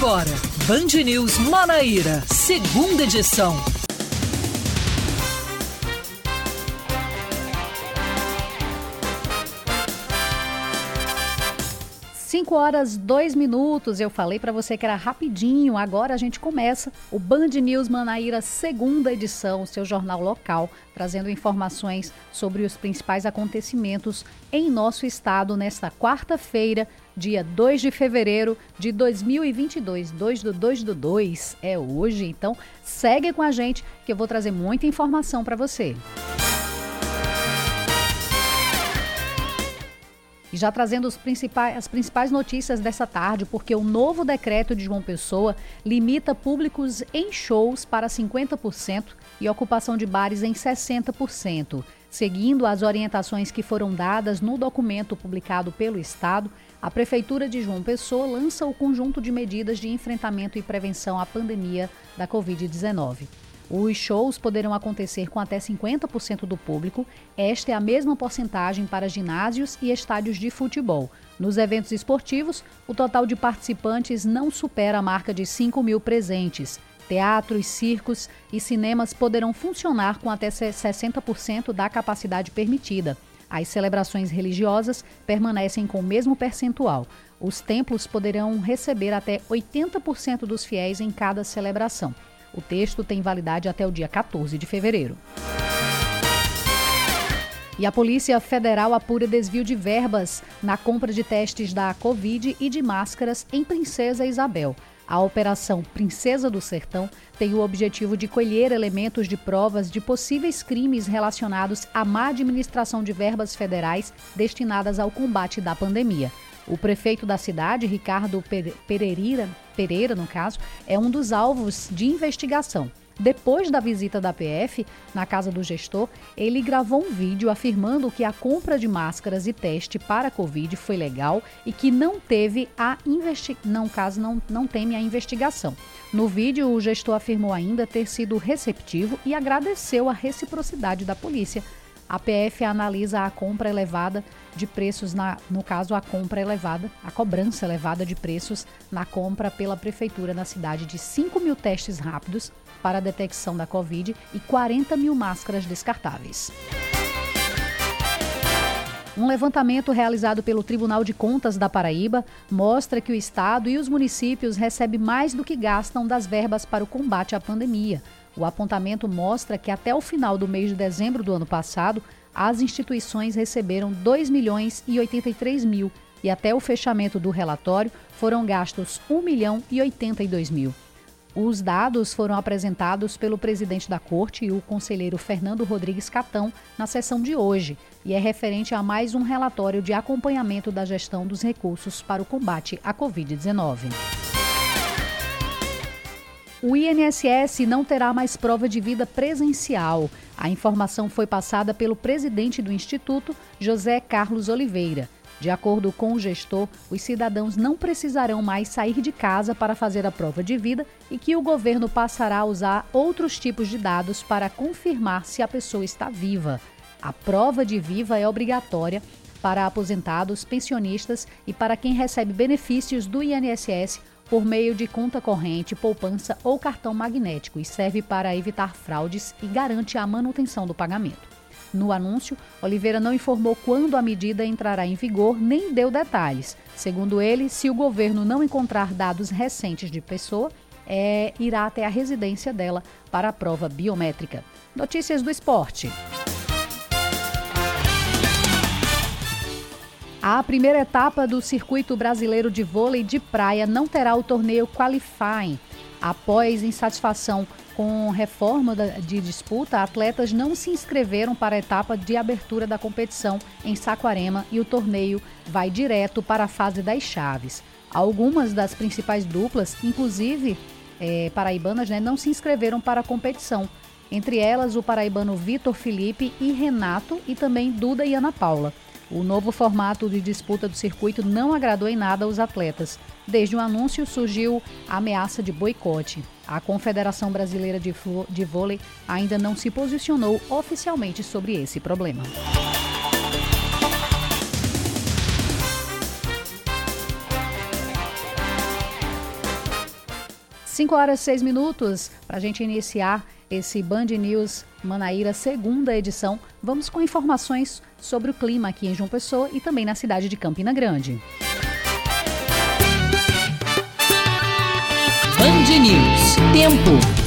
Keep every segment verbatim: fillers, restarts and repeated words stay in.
agora, Band News Manaíra, segunda edição. cinco horas, dois minutos, eu falei para você que era rapidinho, agora a gente começa o Band News Manaíra, segunda edição, seu jornal local, trazendo informações sobre os principais acontecimentos em nosso estado nesta quarta-feira, dia dois de fevereiro de dois mil e vinte e dois, dois do dois do dois é hoje, então segue com a gente que eu vou trazer muita informação para você. E já trazendo os principais, as principais notícias dessa tarde, porque o novo decreto de João Pessoa limita públicos em shows para cinquenta por cento e ocupação de bares em sessenta por cento. Seguindo as orientações que foram dadas no documento publicado pelo Estado, a Prefeitura de João Pessoa lança o conjunto de medidas de enfrentamento e prevenção à pandemia da covid dezenove. Os shows poderão acontecer com até cinquenta por cento do público. Esta é a mesma porcentagem para ginásios e estádios de futebol. Nos eventos esportivos, o total de participantes não supera a marca de cinco mil presentes. Teatros, circos e cinemas poderão funcionar com até sessenta por cento da capacidade permitida. As celebrações religiosas permanecem com o mesmo percentual. Os templos poderão receber até oitenta por cento dos fiéis em cada celebração. O texto tem validade até o dia quatorze de fevereiro. E a Polícia Federal apura desvio de verbas na compra de testes da Covid e de máscaras em Princesa Isabel. A Operação Princesa do Sertão tem o objetivo de colher elementos de provas de possíveis crimes relacionados à má administração de verbas federais destinadas ao combate da pandemia. O prefeito da cidade, Ricardo Pereira, Pereira, no caso, é um dos alvos de investigação. Depois da visita da P F na casa do gestor, ele gravou um vídeo afirmando que a compra de máscaras e teste para a Covid foi legal e que não teve a investigação, não, caso não, não teme a investigação. No vídeo, o gestor afirmou ainda ter sido receptivo e agradeceu a reciprocidade da polícia. A P F analisa a compra elevada de preços, na, no caso a compra elevada, a cobrança elevada de preços na compra pela Prefeitura na cidade de cinco mil testes rápidos para a detecção da Covid e quarenta mil máscaras descartáveis. Um levantamento realizado pelo Tribunal de Contas da Paraíba mostra que o Estado e os municípios recebem mais do que gastam das verbas para o combate à pandemia. O apontamento mostra que até o final do mês de dezembro do ano passado, as instituições receberam dois milhões e oitenta e três mil e até o fechamento do relatório foram gastos um milhão e oitenta e dois mil. Os dados foram apresentados pelo presidente da Corte e o conselheiro Fernando Rodrigues Catão na sessão de hoje e é referente a mais um relatório de acompanhamento da gestão dos recursos para o combate à covid dezenove. O I N S S não terá mais prova de vida presencial. A informação foi passada pelo presidente do Instituto, José Carlos Oliveira. De acordo com o gestor, os cidadãos não precisarão mais sair de casa para fazer a prova de vida e que o governo passará a usar outros tipos de dados para confirmar se a pessoa está viva. A prova de vida é obrigatória para aposentados, pensionistas e para quem recebe benefícios do I N S S por meio de conta corrente, poupança ou cartão magnético e serve para evitar fraudes e garante a manutenção do pagamento. No anúncio, Oliveira não informou quando a medida entrará em vigor nem deu detalhes. Segundo ele, se o governo não encontrar dados recentes de pessoa, é, irá até a residência dela para a prova biométrica. Notícias do esporte. A primeira etapa do Circuito Brasileiro de Vôlei de Praia não terá o torneio Qualifying. Após insatisfação com reforma de disputa, atletas não se inscreveram para a etapa de abertura da competição em Saquarema e o torneio vai direto para a fase das chaves. Algumas das principais duplas, inclusive é, paraibanas, né, não se inscreveram para a competição. Entre elas, o paraibano Vitor Felipe e Renato e também Duda e Ana Paula. O novo formato de disputa do circuito não agradou em nada aos atletas. Desde o anúncio surgiu a ameaça de boicote. A Confederação Brasileira de, de Vôlei ainda não se posicionou oficialmente sobre esse problema. cinco horas e seis minutos, para a gente iniciar esse Band News Manaíra, segunda edição. Vamos com informações sobre o clima aqui em João Pessoa e também na cidade de Campina Grande. Band News, tempo.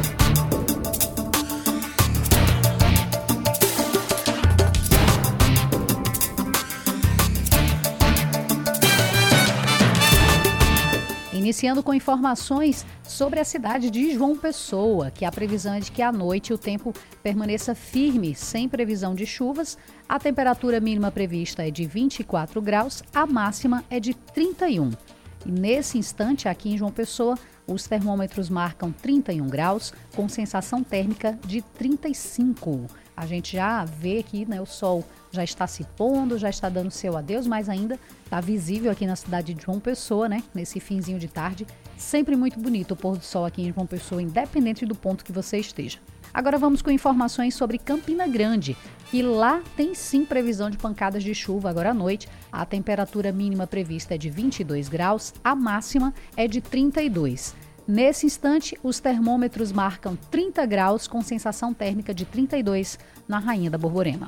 Iniciando com informações sobre a cidade de João Pessoa, que a previsão é de que à noite o tempo permaneça firme, sem previsão de chuvas. A temperatura mínima prevista é de vinte e quatro graus, a máxima é de trinta e um. E nesse instante, aqui em João Pessoa, os termômetros marcam trinta e um graus, com sensação térmica de trinta e cinco. A gente já vê aqui, né, o sol já está se pondo, já está dando seu adeus, mas ainda está visível aqui na cidade de João Pessoa, né? Nesse finzinho de tarde. Sempre muito bonito o pôr do sol aqui em João Pessoa, independente do ponto que você esteja. Agora vamos com informações sobre Campina Grande, que lá tem sim previsão de pancadas de chuva agora à noite. A temperatura mínima prevista é de vinte e dois graus, a máxima é de trinta e dois. Nesse instante, os termômetros marcam trinta graus, com sensação térmica de trinta e dois na Rainha da Borborema.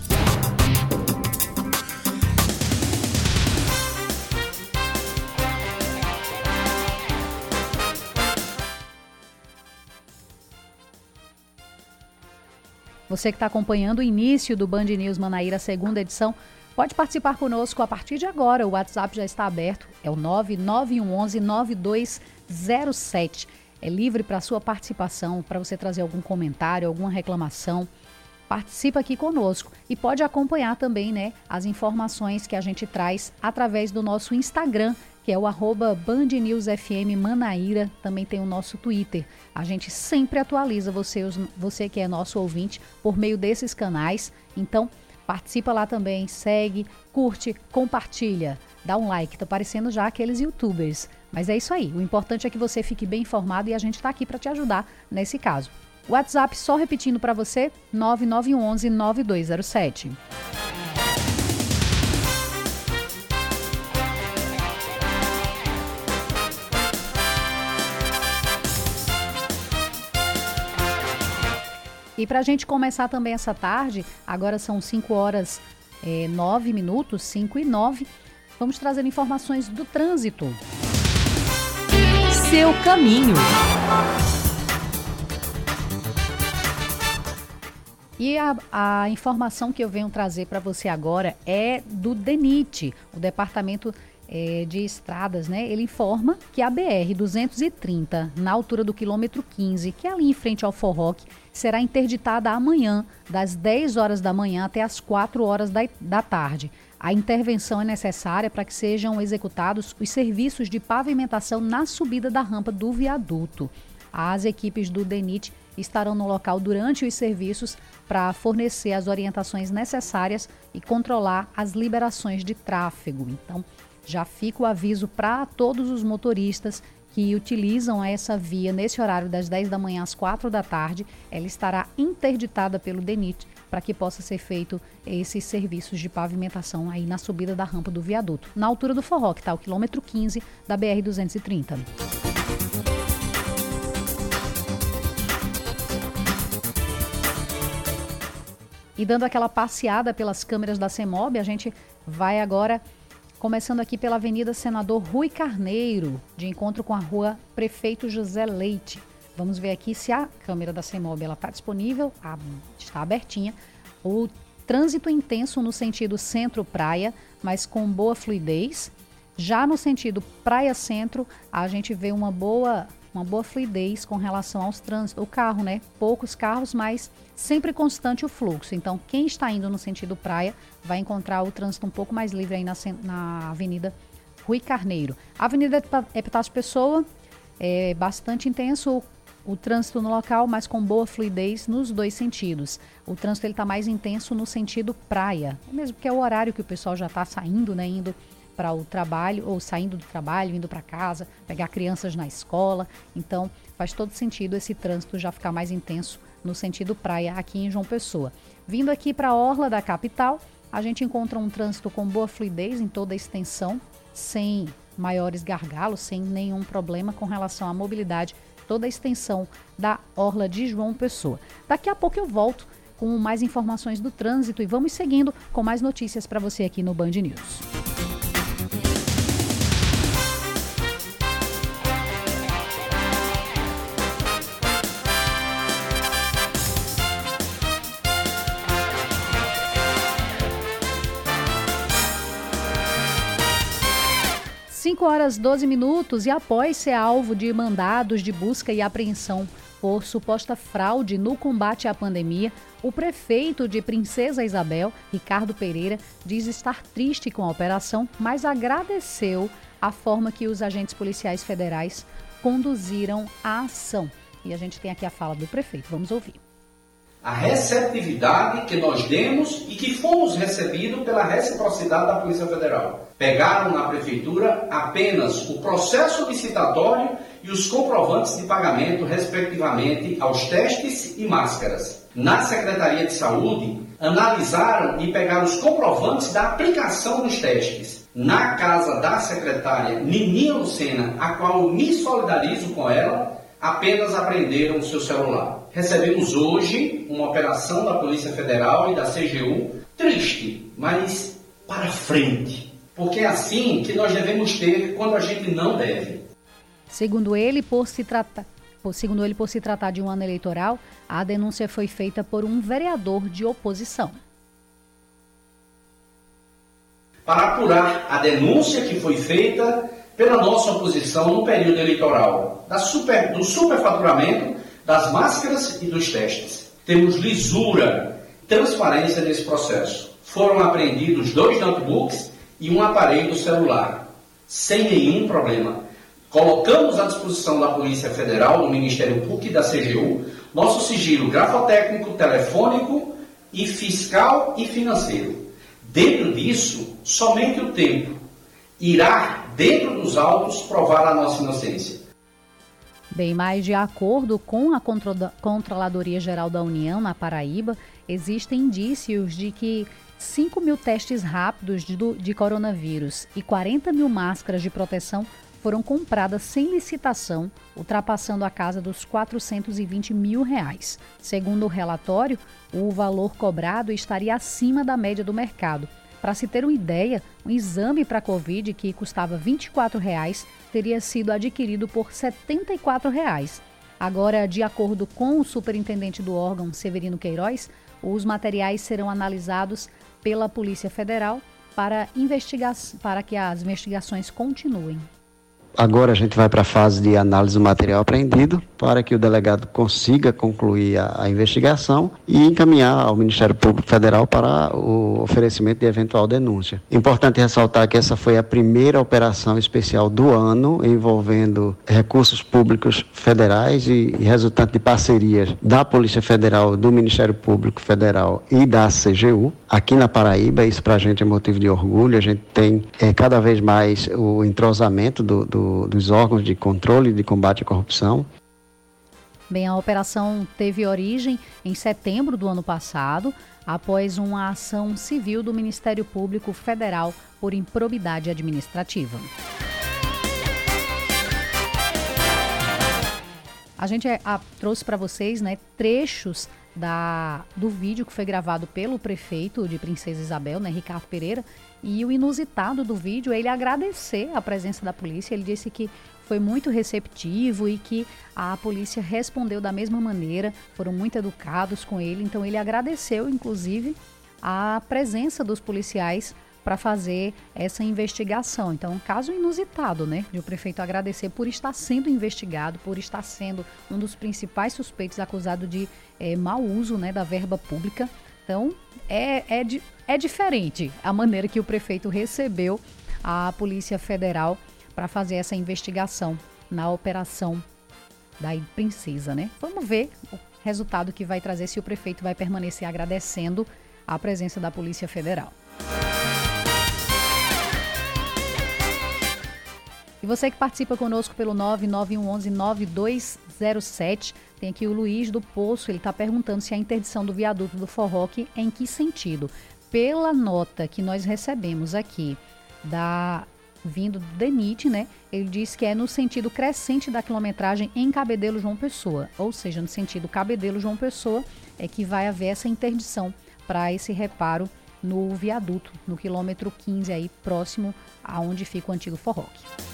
Você que está acompanhando o início do Band News Manaíra, segunda edição, pode participar conosco a partir de agora. O WhatsApp já está aberto, é o nove nove um um nove dois zero sete. É livre para a sua participação, para você trazer algum comentário, alguma reclamação. Participa aqui conosco e pode acompanhar também, né, as informações que a gente traz através do nosso Instagram, que é o arroba Band News F M Manaíra. Também tem o nosso Twitter. A gente sempre atualiza você, você que é nosso ouvinte, por meio desses canais. Então, participa lá também, segue, curte, compartilha, dá um like. Tá parecendo já aqueles youtubers. Mas é isso aí. O importante é que você fique bem informado e a gente está aqui para te ajudar nesse caso. WhatsApp, só repetindo para você, nove nove um um nove dois zero sete. E para a gente começar também essa tarde, agora são cinco horas e nove minutos, cinco e nove, vamos trazer informações do trânsito. Seu caminho. E a, a informação que eu venho trazer para você agora é do DENIT, o Departamento é, de Estradas, né? Ele informa que a B R duzentos e trinta, na altura do quilômetro quinze, que é ali em frente ao Forroque, será interditada amanhã, das dez horas da manhã até as quatro horas da, da tarde. A intervenção é necessária para que sejam executados os serviços de pavimentação na subida da rampa do viaduto. As equipes do DENIT estarão no local durante os serviços para fornecer as orientações necessárias e controlar as liberações de tráfego. Então, já fica o aviso para todos os motoristas que utilizam essa via nesse horário das dez da manhã às quatro da tarde. Ela estará interditada pelo DENIT para que possa ser feito esses serviços de pavimentação aí na subida da rampa do viaduto, na altura do Forró, que está o quilômetro quinze da B R duzentos e trinta. E dando aquela passeada pelas câmeras da CEMOB, a gente vai agora começando aqui pela Avenida Senador Rui Carneiro, de encontro com a Rua Prefeito José Leite. Vamos ver aqui se a câmera da CEMOB está disponível, a, está abertinha. O trânsito intenso no sentido centro-praia, mas com boa fluidez. Já no sentido praia-centro, a gente vê uma boa, uma boa fluidez com relação aos trânsitos. O carro, né? Poucos carros, mas sempre constante o fluxo. Então, quem está indo no sentido praia vai encontrar o trânsito um pouco mais livre aí na, na Avenida Rui Carneiro. A Avenida Epitácio Pessoa é bastante intenso o, o trânsito no local, mas com boa fluidez nos dois sentidos. O trânsito está mais intenso no sentido praia, mesmo que é o horário que o pessoal já está saindo, né, indo para o trabalho, ou saindo do trabalho, indo para casa, pegar crianças na escola. Então, faz todo sentido esse trânsito já ficar mais intenso no sentido praia aqui em João Pessoa. Vindo aqui para a orla da capital, a gente encontra um trânsito com boa fluidez em toda a extensão, sem maiores gargalos, sem nenhum problema com relação à mobilidade toda a extensão da orla de João Pessoa. Daqui a pouco eu volto com mais informações do trânsito e vamos seguindo com mais notícias para você aqui no Band News. cinco horas e doze minutos e após ser alvo de mandados de busca e apreensão por suposta fraude no combate à pandemia, o prefeito de Princesa Isabel, Ricardo Pereira, diz estar triste com a operação, mas agradeceu a forma que os agentes policiais federais conduziram a ação. E a gente tem aqui a fala do prefeito, vamos ouvir. A receptividade que nós demos e que fomos recebidos pela reciprocidade da Polícia Federal. Pegaram na Prefeitura apenas o processo licitatório e os comprovantes de pagamento, respectivamente, aos testes e máscaras. Na Secretaria de Saúde, analisaram e pegaram os comprovantes da aplicação dos testes. Na casa da secretária Nininha Lucena, a qual eu me solidarizo com ela, apenas apreenderam o seu celular. Recebemos hoje uma operação da Polícia Federal e da C G U triste, mas para frente. Porque é assim que nós devemos ter quando a gente não deve. Segundo ele, por se tratar, por, segundo ele, por se tratar de um ano eleitoral, a denúncia foi feita por um vereador de oposição. Para apurar a denúncia que foi feita pela nossa oposição no período eleitoral, da super, do superfaturamento, das máscaras e dos testes. Temos lisura, transparência nesse processo. Foram apreendidos dois notebooks e um aparelho celular, sem nenhum problema. Colocamos à disposição da Polícia Federal, do Ministério Público e da C G U, nosso sigilo grafotécnico, telefônico e fiscal e financeiro. Dentro disso, somente o tempo irá, dentro dos autos, provar a nossa inocência. Bem, mas de acordo com a Controladoria Geral da União, na Paraíba, existem indícios de que cinco mil testes rápidos de, de coronavírus e quarenta mil máscaras de proteção foram compradas sem licitação, ultrapassando a casa dos quatrocentos e vinte mil reais. Segundo o relatório, o valor cobrado estaria acima da média do mercado. Para se ter uma ideia, um exame para a Covid que custava vinte e quatro reais teria sido adquirido por setenta e quatro reais. Agora, de acordo com o superintendente do órgão, Severino Queiroz, os materiais serão analisados pela Polícia Federal para, investiga- para que as investigações continuem. Agora a gente vai para a fase de análise do material apreendido para que o delegado consiga concluir a, a investigação e encaminhar ao Ministério Público Federal para o oferecimento de eventual denúncia. Importante ressaltar que essa foi a primeira operação especial do ano envolvendo recursos públicos federais e, e resultante de parcerias da Polícia Federal, do Ministério Público Federal e da C G U. Aqui na Paraíba, isso para a gente é motivo de orgulho, a gente tem é, cada vez mais o entrosamento do, do dos órgãos de controle e de combate à corrupção. Bem, a operação teve origem em setembro do ano passado, após uma ação civil do Ministério Público Federal por improbidade administrativa. A gente a, trouxe para vocês, né, trechos da, do vídeo que foi gravado pelo prefeito de Princesa Isabel, né, Ricardo Pereira, e o inusitado do vídeo é ele agradecer a presença da polícia. Ele disse que foi muito receptivo e que a polícia respondeu da mesma maneira, foram muito educados com ele, então ele agradeceu, inclusive, a presença dos policiais para fazer essa investigação. Então, um caso inusitado, né? De o prefeito agradecer por estar sendo investigado, por estar sendo um dos principais suspeitos acusado de é, mau uso, né, da verba pública. Então, é, é, di- é diferente a maneira que o prefeito recebeu a Polícia Federal para fazer essa investigação na operação da Princesa, né? Vamos ver o resultado que vai trazer, se o prefeito vai permanecer agradecendo a presença da Polícia Federal. E você que participa conosco pelo nove nove um um um nove dois zero sete, tem aqui o Luiz do Poço, ele está perguntando se a interdição do viaduto do Forroque é em que sentido. Pela nota que nós recebemos aqui da, vindo do DENIT, né? Ele diz que é no sentido crescente da quilometragem em Cabedelo João Pessoa, ou seja, no sentido Cabedelo João Pessoa é que vai haver essa interdição para esse reparo no viaduto, no quilômetro quinze, aí próximo aonde fica o antigo Forroque.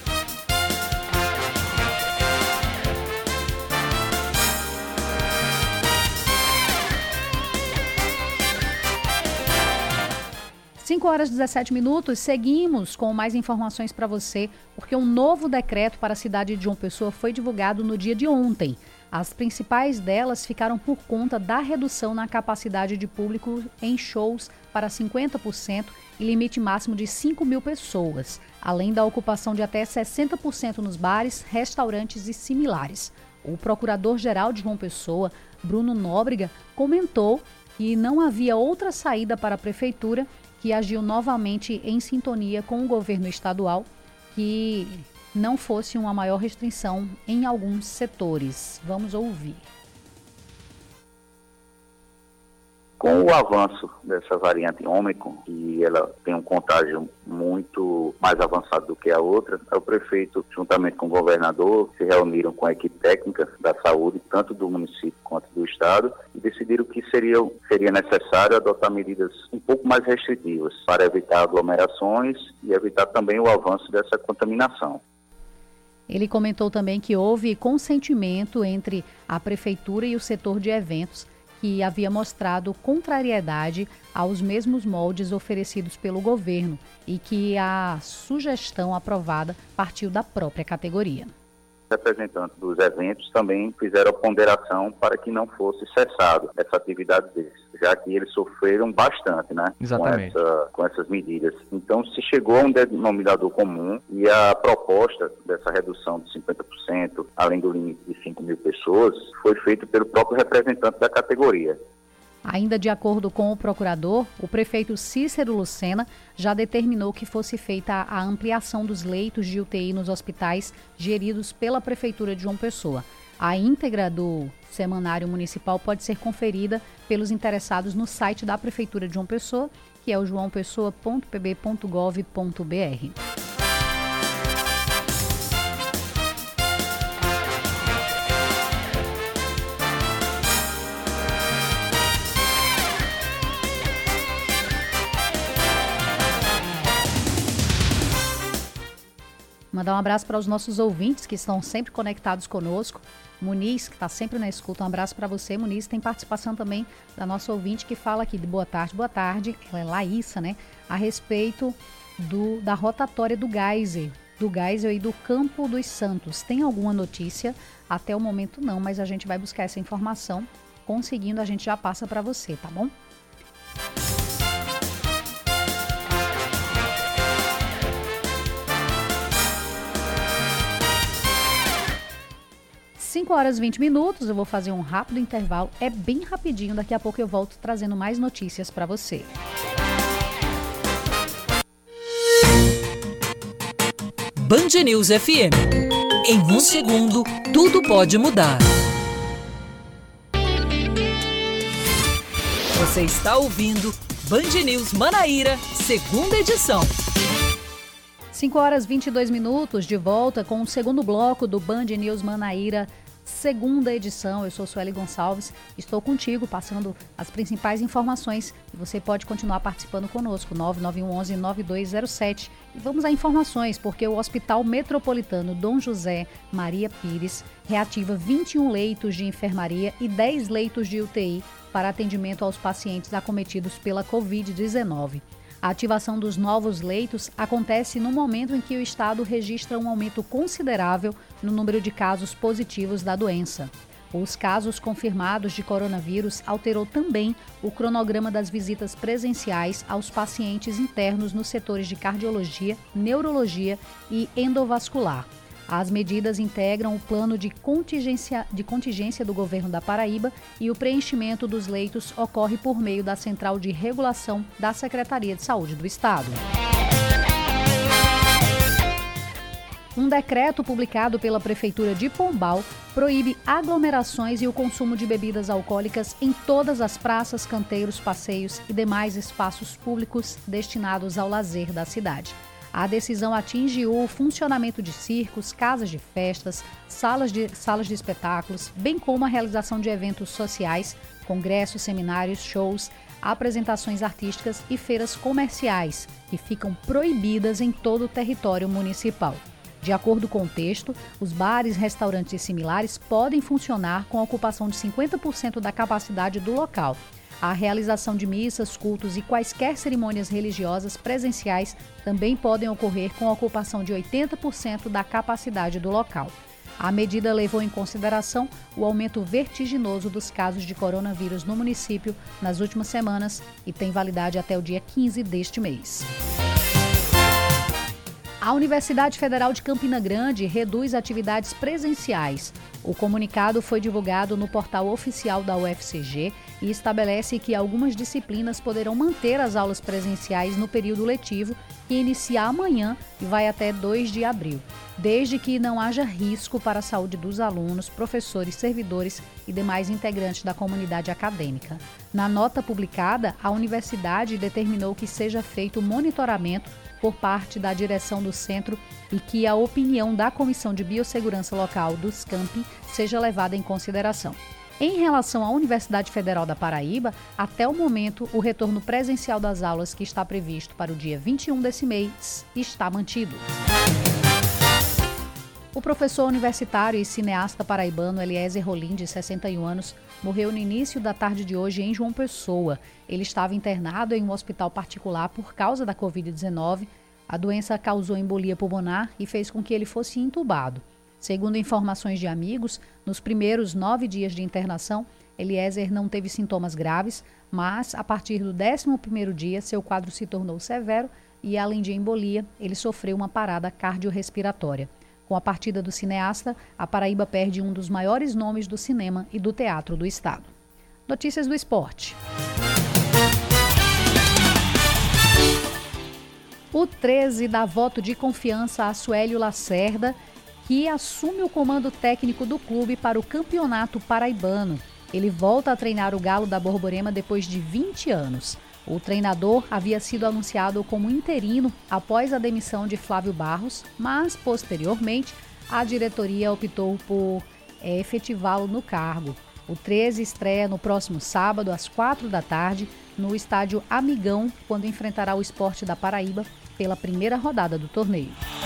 cinco horas e dezessete minutos, seguimos com mais informações para você, porque um novo decreto para a cidade de João Pessoa foi divulgado no dia de ontem. As principais delas ficaram por conta da redução na capacidade de público em shows para cinquenta por cento e limite máximo de cinco mil pessoas, além da ocupação de até sessenta por cento nos bares, restaurantes e similares. O procurador-geral de João Pessoa, Bruno Nóbrega, comentou que não havia outra saída para a prefeitura, que agiu novamente em sintonia com o governo estadual, que não fosse uma maior restrição em alguns setores. Vamos ouvir. Com o avanço dessa variante Ômicron, que ela tem um contágio muito mais avançado do que a outra, o prefeito, juntamente com o governador, se reuniram com a equipe técnica da saúde, tanto do município quanto do estado, e decidiram que seria, seria necessário adotar medidas um pouco mais restritivas para evitar aglomerações e evitar também o avanço dessa contaminação. Ele comentou também que houve consentimento entre a prefeitura e o setor de eventos, que havia mostrado contrariedade aos mesmos moldes oferecidos pelo governo e que a sugestão aprovada partiu da própria categoria. Representantes dos eventos também fizeram a ponderação para que não fosse cessado essa atividade deles, já que eles sofreram bastante, né? Exatamente. Com, essa, com essas medidas. Então, se chegou a um denominador comum e a proposta dessa redução de cinquenta por cento, além do limite de cinco mil pessoas, foi feita pelo próprio representante da categoria. Ainda de acordo com o procurador, o prefeito Cícero Lucena já determinou que fosse feita a ampliação dos leitos de U T I nos hospitais geridos pela Prefeitura de João Pessoa. A íntegra do semanário municipal pode ser conferida pelos interessados no site da Prefeitura de João Pessoa, que é o joão pessoa ponto p b ponto gov ponto b r. Mandar um abraço para os nossos ouvintes que estão sempre conectados conosco. Muniz, que está sempre na escuta, um abraço para você, Muniz. Tem participação também da nossa ouvinte que fala aqui de boa tarde, boa tarde, ela é Laísa, né? A respeito do, da rotatória do Geyser, do Geyser e do Campo dos Santos. Tem alguma notícia? Até o momento não, mas a gente vai buscar essa informação. Conseguindo, a gente já passa para você, tá bom? cinco horas e vinte minutos, eu vou fazer um rápido intervalo, é bem rapidinho, daqui a pouco eu volto trazendo mais notícias para você. Band News F M. Em um segundo, tudo pode mudar. Você está ouvindo Band News Manaíra, segunda edição. cinco horas e vinte e dois minutos, de volta com o segundo bloco do Band News Manaíra, segunda edição. Eu sou Sueli Gonçalves, estou contigo passando as principais informações e você pode continuar participando conosco, nove nove um um um nove dois zero sete. E vamos a informações, porque o Hospital Metropolitano Dom José Maria Pires reativa vinte e um leitos de enfermaria e dez leitos de U T I para atendimento aos pacientes acometidos pela covid dezenove. A ativação dos novos leitos acontece no momento em que o Estado registra um aumento considerável no número de casos positivos da doença. Os casos confirmados de coronavírus alterou também o cronograma das visitas presenciais aos pacientes internos nos setores de cardiologia, neurologia e endovascular. As medidas integram o plano de contingência, de contingência do governo da Paraíba e o preenchimento dos leitos ocorre por meio da Central de Regulação da Secretaria de Saúde do Estado. Um decreto publicado pela Prefeitura de Pombal proíbe aglomerações e o consumo de bebidas alcoólicas em todas as praças, canteiros, passeios e demais espaços públicos destinados ao lazer da cidade. A decisão atinge o funcionamento de circos, casas de festas, salas de, salas de espetáculos, bem como a realização de eventos sociais, congressos, seminários, shows, apresentações artísticas e feiras comerciais, que ficam proibidas em todo o território municipal. De acordo com o texto, os bares, restaurantes e similares podem funcionar com a ocupação de cinquenta por cento da capacidade do local. A realização de missas, cultos e quaisquer cerimônias religiosas presenciais também podem ocorrer com a ocupação de oitenta por cento da capacidade do local. A medida levou em consideração o aumento vertiginoso dos casos de coronavírus no município nas últimas semanas e tem validade até o dia quinze deste mês. A Universidade Federal de Campina Grande reduz atividades presenciais. O comunicado foi divulgado no portal oficial da U F C G e estabelece que algumas disciplinas poderão manter as aulas presenciais no período letivo, que inicia amanhã e vai até dois de abril, desde que não haja risco para a saúde dos alunos, professores, servidores e demais integrantes da comunidade acadêmica. Na nota publicada, a universidade determinou que seja feito monitoramento por parte da direção do centro e que a opinião da Comissão de Biossegurança Local dos Campi seja levada em consideração. Em relação à Universidade Federal da Paraíba, até o momento, o retorno presencial das aulas, que está previsto para o dia vinte e um desse mês, está mantido. O professor universitário e cineasta paraibano Eliezer Rolim, de sessenta e um anos, morreu no início da tarde de hoje em João Pessoa. Ele estava internado em um hospital particular por causa da covid dezenove. A doença causou embolia pulmonar e fez com que ele fosse entubado. Segundo informações de amigos, nos primeiros nove dias de internação, Eliezer não teve sintomas graves, mas a partir do décimo primeiro dia, seu quadro se tornou severo e, além de embolia, ele sofreu uma parada cardiorrespiratória. Com a partida do cineasta, a Paraíba perde um dos maiores nomes do cinema e do teatro do estado. Notícias do esporte. O treze dá voto de confiança a Suélio Lacerda, que assume o comando técnico do clube para o Campeonato Paraibano. Ele volta a treinar o Galo da Borborema depois de vinte anos. O treinador havia sido anunciado como interino após a demissão de Flávio Barros, mas, posteriormente, a diretoria optou por é, efetivá-lo no cargo. O treze estreia no próximo sábado, às quatro da tarde, no estádio Amigão, quando enfrentará o Sport da Paraíba pela primeira rodada do torneio.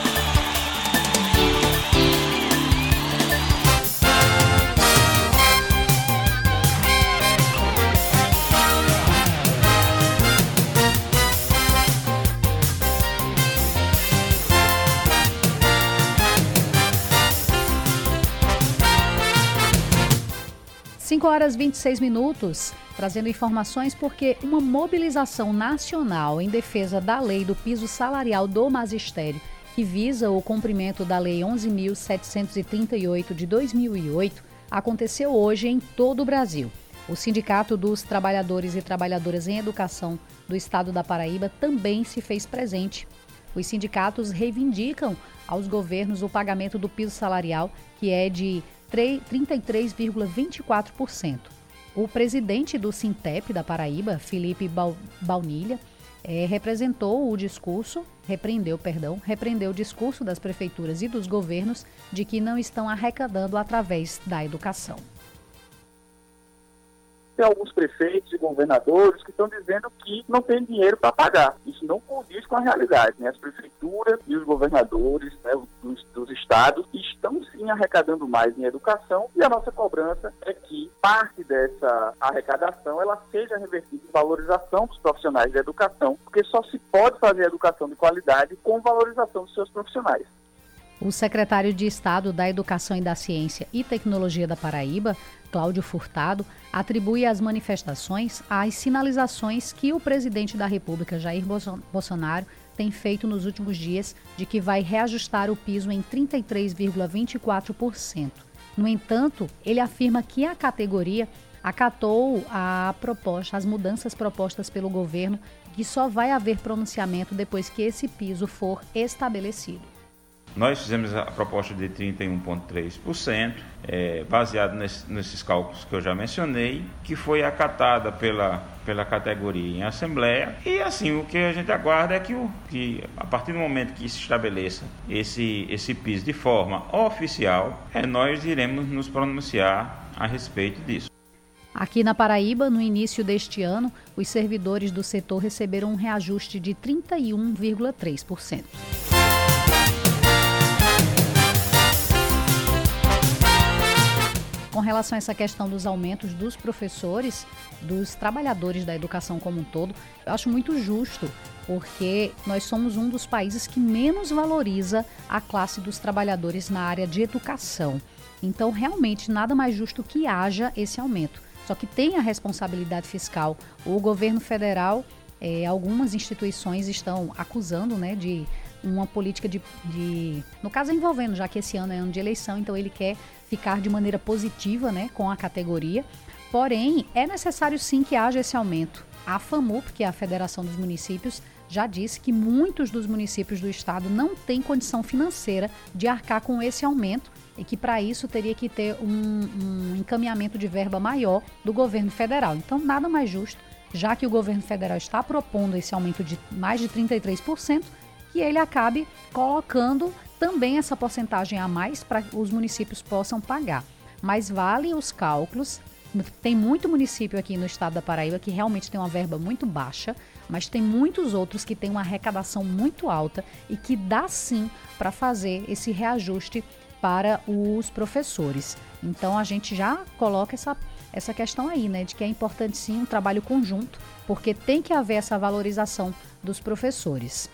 cinco horas e vinte e seis minutos, trazendo informações porque uma mobilização nacional em defesa da lei do piso salarial do magistério, que visa o cumprimento da Lei onze mil setecentos e trinta e oito de dois mil e oito, aconteceu hoje em todo o Brasil. O Sindicato dos Trabalhadores e Trabalhadoras em Educação do Estado da Paraíba também se fez presente. Os sindicatos reivindicam aos governos o pagamento do piso salarial, que é de trinta e três vírgula vinte e quatro por cento. O presidente do Sintep da Paraíba, Felipe Baunilha, é, representou o discurso, repreendeu, perdão, repreendeu o discurso das prefeituras e dos governos de que não estão arrecadando através da educação. Tem alguns prefeitos e governadores que estão dizendo que não tem dinheiro para pagar. Isso não condiz com a realidade, né? As prefeituras e os governadores, né, dos, dos estados estão sim arrecadando mais em educação, e a nossa cobrança é que parte dessa arrecadação ela seja revertida em valorização dos profissionais da educação, porque só se pode fazer educação de qualidade com valorização dos seus profissionais. O secretário de Estado da Educação e da Ciência e Tecnologia da Paraíba, Cláudio Furtado, atribui às manifestações as sinalizações que o presidente da República, Jair Bolsonaro, tem feito nos últimos dias de que vai reajustar o piso em trinta e três vírgula vinte e quatro por cento. No entanto, ele afirma que a categoria acatou a proposta, as mudanças propostas pelo governo, que só vai haver pronunciamento depois que esse piso for estabelecido. Nós fizemos a proposta de trinta e um vírgula três por cento, é, baseado nesse, nesses cálculos que eu já mencionei, que foi acatada pela, pela categoria em assembleia. E assim, o que a gente aguarda é que, o, que a partir do momento que se estabeleça esse, esse piso de forma oficial, é, nós iremos nos pronunciar a respeito disso. Aqui na Paraíba, no início deste ano, os servidores do setor receberam um reajuste de trinta e um vírgula três por cento. Com relação a essa questão dos aumentos dos professores, dos trabalhadores da educação como um todo, eu acho muito justo, porque nós somos um dos países que menos valoriza a classe dos trabalhadores na área de educação. Então, realmente, nada mais justo que haja esse aumento. Só que tem a responsabilidade fiscal. O governo federal, eh, algumas instituições estão acusando, né, de uma política de, de, no caso envolvendo, já que esse ano é ano de eleição, então ele quer ficar de maneira positiva, né, com a categoria. Porém, é necessário sim que haja esse aumento. A FAMURP, que é a Federação dos Municípios, já disse que muitos dos municípios do estado não têm condição financeira de arcar com esse aumento e que para isso teria que ter um, um encaminhamento de verba maior do governo federal. Então, nada mais justo, já que o governo federal está propondo esse aumento de mais de trinta e três por cento, que ele acabe colocando também essa porcentagem a mais para os municípios possam pagar. Mas vale os cálculos. Tem muito município aqui no estado da Paraíba que realmente tem uma verba muito baixa, mas tem muitos outros que têm uma arrecadação muito alta e que dá sim para fazer esse reajuste para os professores. Então a gente já coloca essa, essa questão aí, né, de que é importante sim um trabalho conjunto, porque tem que haver essa valorização dos professores.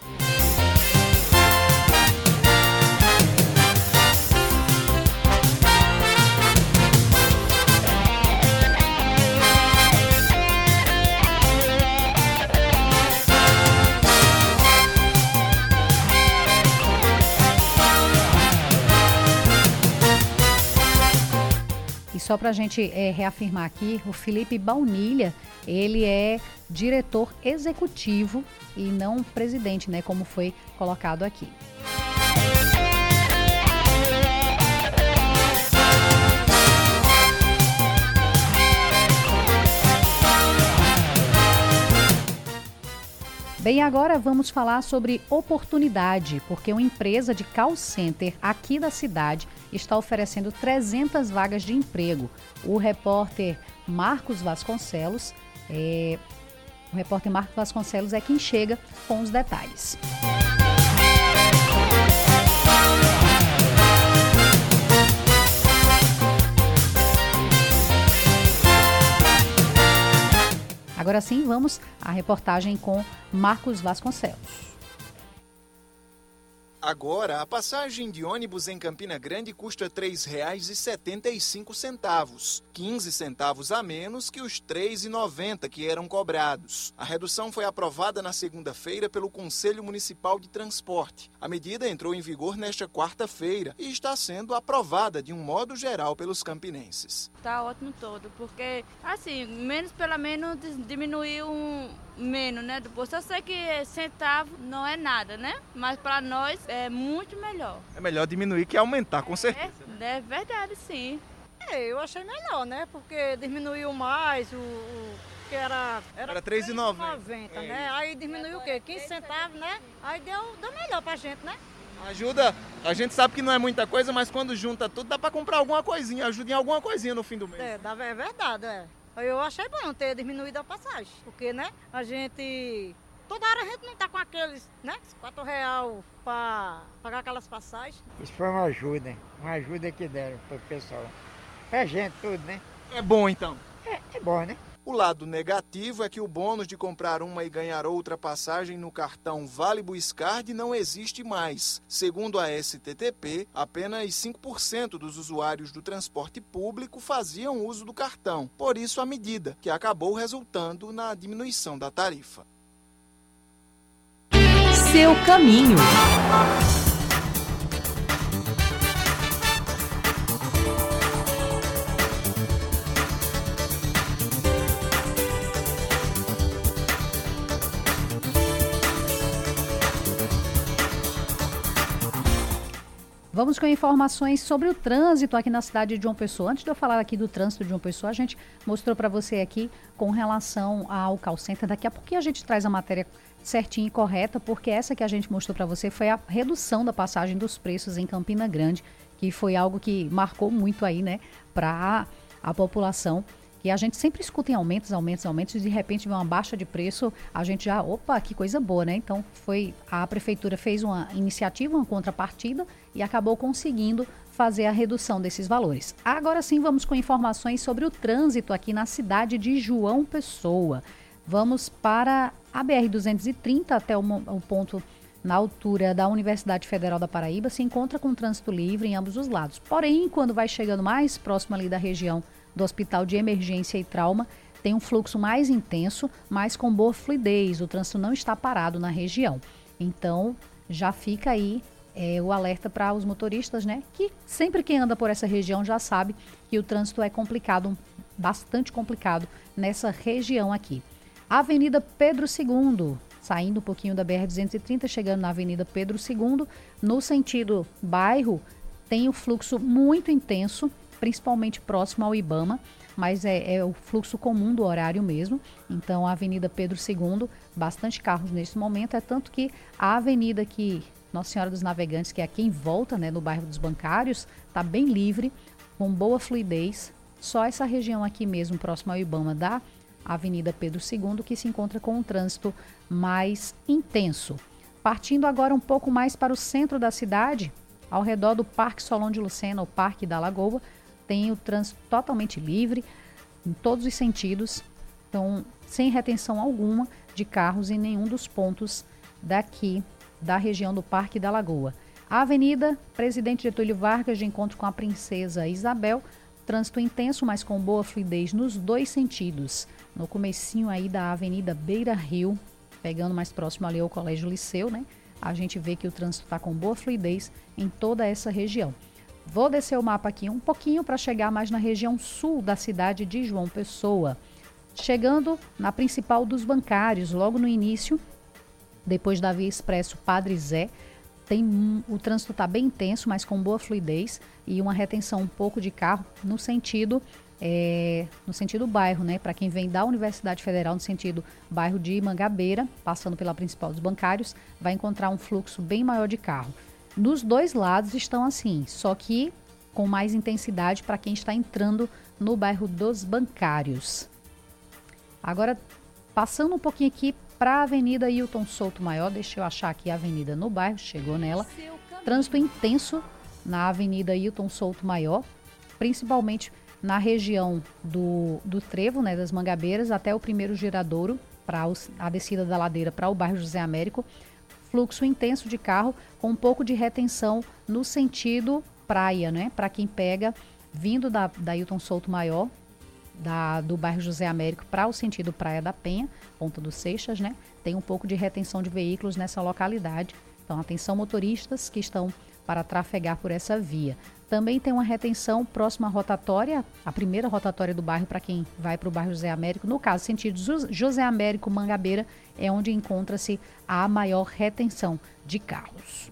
Só para a gente é, reafirmar aqui, o Felipe Baunilha, ele é diretor executivo e não presidente, né, como foi colocado aqui. Bem, agora vamos falar sobre oportunidade, porque uma empresa de call center aqui da cidade está oferecendo trezentas vagas de emprego. O repórter Marcos Vasconcelos, é, o repórter Marcos Vasconcelos é quem chega com os detalhes. Agora sim, vamos à reportagem com Marcos Vasconcelos. Agora, a passagem de ônibus em Campina Grande custa três reais e setenta e cinco centavos, quinze centavos a menos que os três reais e noventa centavos que eram cobrados. A redução foi aprovada na segunda-feira pelo Conselho Municipal de Transporte. A medida entrou em vigor nesta quarta-feira e está sendo aprovada de um modo geral pelos campinenses. Está ótimo todo, porque, assim, menos pelo menos diminuiu um... menos, né, do posto. Eu sei que centavo não é nada, né? Mas para nós é muito melhor. É melhor diminuir que aumentar, com certeza. É, é verdade, sim. É, eu achei melhor, né? Porque diminuiu mais o, o que era... Era, era três reais e noventa centavos, é. Né? Aí diminuiu o quê? quinze centavos, né? Aí deu, deu melhor pra gente, né? Ajuda, a gente sabe que não é muita coisa, mas quando junta tudo dá pra comprar alguma coisinha, ajuda em alguma coisinha no fim do mês. É, é verdade, é. Eu achei bom ter diminuído a passagem, porque, né, a gente... Toda hora a gente não tá com aqueles, né, quatro reais para pagar aquelas passagens. Isso foi uma ajuda, uma ajuda que deram pro pessoal. Pra gente tudo, né? É bom, então? É, é bom, né? O lado negativo é que o bônus de comprar uma e ganhar outra passagem no cartão Vale Buiscard não existe mais. Segundo a S T T P, apenas cinco por cento dos usuários do transporte público faziam uso do cartão. Por isso a medida, que acabou resultando na diminuição da tarifa. Seu caminho. Vamos com informações sobre o trânsito aqui na cidade de João Pessoa. Antes de eu falar aqui do trânsito de João Pessoa, a gente mostrou para você aqui com relação ao call center. Daqui a pouquinho a gente traz a matéria certinha e correta, porque essa que a gente mostrou para você foi a redução da passagem dos preços em Campina Grande, que foi algo que marcou muito aí, né, para a população. E a gente sempre escuta em aumentos, aumentos, aumentos, e de repente vem uma baixa de preço, a gente já, opa, que coisa boa, né? Então, foi, a prefeitura fez uma iniciativa, uma contrapartida, e acabou conseguindo fazer a redução desses valores. Agora sim, vamos com informações sobre o trânsito aqui na cidade de João Pessoa. Vamos para a B R duzentos e trinta, até o, o ponto na altura da Universidade Federal da Paraíba, se encontra com trânsito livre em ambos os lados. Porém, quando vai chegando mais próximo ali da região do Hospital de Emergência e Trauma, tem um fluxo mais intenso, mas com boa fluidez. O trânsito não está parado na região. Então, já fica aí é, o alerta para os motoristas, né? Que sempre quem anda por essa região já sabe que o trânsito é complicado, bastante complicado nessa região aqui. Avenida Pedro segundo, saindo um pouquinho da B R duzentos e trinta, chegando na Avenida Pedro segundo, no sentido bairro, tem o fluxo muito intenso, principalmente próximo ao Ibama, mas é, é o fluxo comum do horário mesmo. Então, a Avenida Pedro segundo, bastante carros nesse momento, é tanto que a avenida aqui, Nossa Senhora dos Navegantes, que é quem volta, né, no bairro dos Bancários, está bem livre, com boa fluidez. Só essa região aqui mesmo, próximo ao Ibama, da Avenida Pedro segundo, que se encontra com um trânsito mais intenso. Partindo agora um pouco mais para o centro da cidade, ao redor do Parque Solon de Lucena, o Parque da Lagoa, tem o trânsito totalmente livre, em todos os sentidos, então sem retenção alguma de carros em nenhum dos pontos daqui da região do Parque da Lagoa. A Avenida Presidente Getúlio Vargas, de encontro com a Princesa Isabel, trânsito intenso, mas com boa fluidez nos dois sentidos. No comecinho aí da Avenida Beira Rio, pegando mais próximo ali ao Colégio Liceu, né? A gente vê que o trânsito está com boa fluidez em toda essa região. Vou descer o mapa aqui um pouquinho para chegar mais na região sul da cidade de João Pessoa. Chegando na principal dos Bancários, logo no início, depois da Via Expresso Padre Zé, tem, o trânsito está bem intenso, mas com boa fluidez e uma retenção um pouco de carro no sentido, é, no sentido bairro, né? Para quem vem da Universidade Federal, no sentido bairro de Mangabeira, passando pela principal dos Bancários, vai encontrar um fluxo bem maior de carro. Nos dois lados estão assim, só que com mais intensidade para quem está entrando no bairro dos Bancários. Agora, passando um pouquinho aqui para a Avenida Hilton Souto Maior, deixa eu achar aqui a avenida no bairro, chegou nela. Trânsito intenso na Avenida Hilton Souto Maior, principalmente na região do, do Trevo, né, das Mangabeiras, até o primeiro Giradouro, para a descida da ladeira para o bairro José Américo. Fluxo intenso de carro com um pouco de retenção no sentido praia, né? Para quem pega vindo da, da Hilton Souto Maior, da, do bairro José Américo para o sentido Praia da Penha, Ponta dos Seixas, né? Tem um pouco de retenção de veículos nessa localidade. Então, atenção motoristas que estão para trafegar por essa via. Também tem uma retenção próxima à rotatória, a primeira rotatória do bairro para quem vai para o bairro José Américo. No caso, sentido José Américo Mangabeira, é onde encontra-se a maior retenção de carros.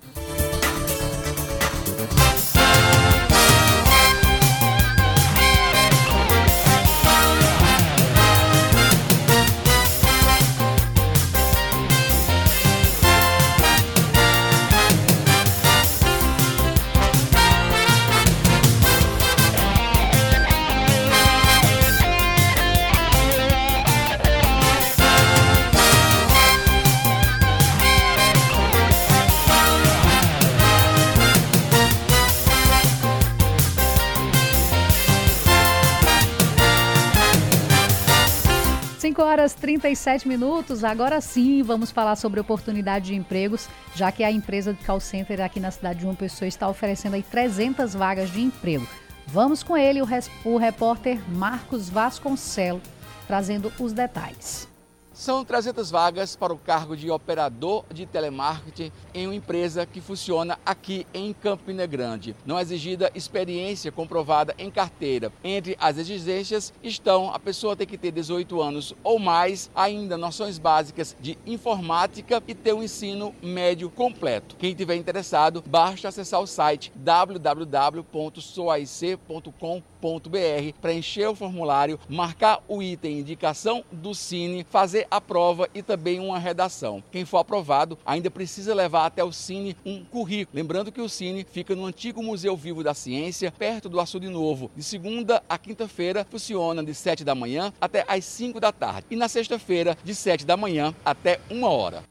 cinco horas e trinta e sete minutos, agora sim vamos falar sobre oportunidade de empregos, já que a empresa de call center aqui na cidade de João Pessoa está oferecendo aí trezentas vagas de emprego. Vamos com ele, o, res, o repórter Marcos Vasconcelos, trazendo os detalhes. São trezentas vagas para o cargo de operador de telemarketing em uma empresa que funciona aqui em Campina Grande. Não é exigida experiência comprovada em carteira. Entre as exigências estão a pessoa ter que ter dezoito anos ou mais, ainda noções básicas de informática e ter um ensino médio completo. Quem tiver interessado, basta acessar o site w w w ponto soaic ponto com ponto b r, preencher o formulário, marcar o item indicação do Cine, fazer a prova e também uma redação. Quem for aprovado ainda precisa levar até o Cine um currículo. Lembrando que o Cine fica no antigo Museu Vivo da Ciência, perto do Açude Novo. De segunda a quinta-feira funciona de sete da manhã até às cinco da tarde e na sexta-feira de sete da manhã até uma hora.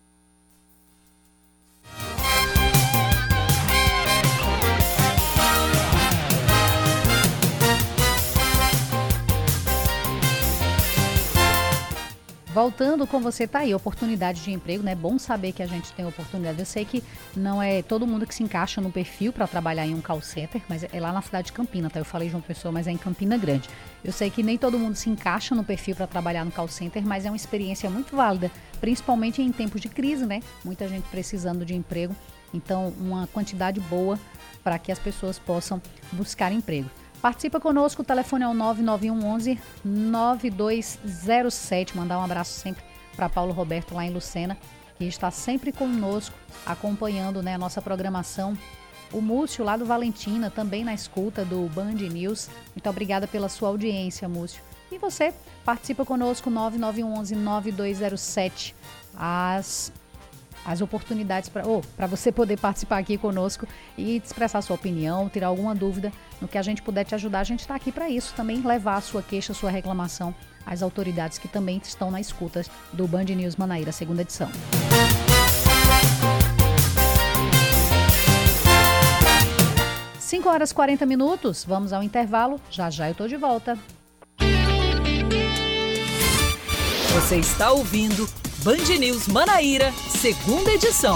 Voltando com você, tá aí, oportunidade de emprego, né? É bom saber que a gente tem oportunidade. Eu sei que não é todo mundo que se encaixa no perfil para trabalhar em um call center, mas é lá na cidade de Campina, tá? Eu falei João Pessoa, mas é em Campina Grande. Eu sei que nem todo mundo se encaixa no perfil para trabalhar no call center, mas é uma experiência muito válida, principalmente em tempos de crise, né? Muita gente precisando de emprego, então uma quantidade boa para que as pessoas possam buscar emprego. Participa conosco, o telefone é o nove nove um um um nove dois zero sete. Mandar um abraço sempre para Paulo Roberto lá em Lucena, que está sempre conosco, acompanhando, né, a nossa programação. O Múcio lá do Valentina, também na escuta do Band News. Muito obrigada pela sua audiência, Múcio. E você, participa conosco, nove nove um um nove dois zero sete. As... as oportunidades para oh, para você poder participar aqui conosco e expressar sua opinião, tirar alguma dúvida, no que a gente puder te ajudar, a gente está aqui para isso, também levar a sua queixa, a sua reclamação às autoridades que também estão na escuta do Band News Manaíra, segunda edição. cinco horas e quarenta minutos, vamos ao intervalo, já já eu tô de volta. Você está ouvindo Band News Manaíra, segunda edição.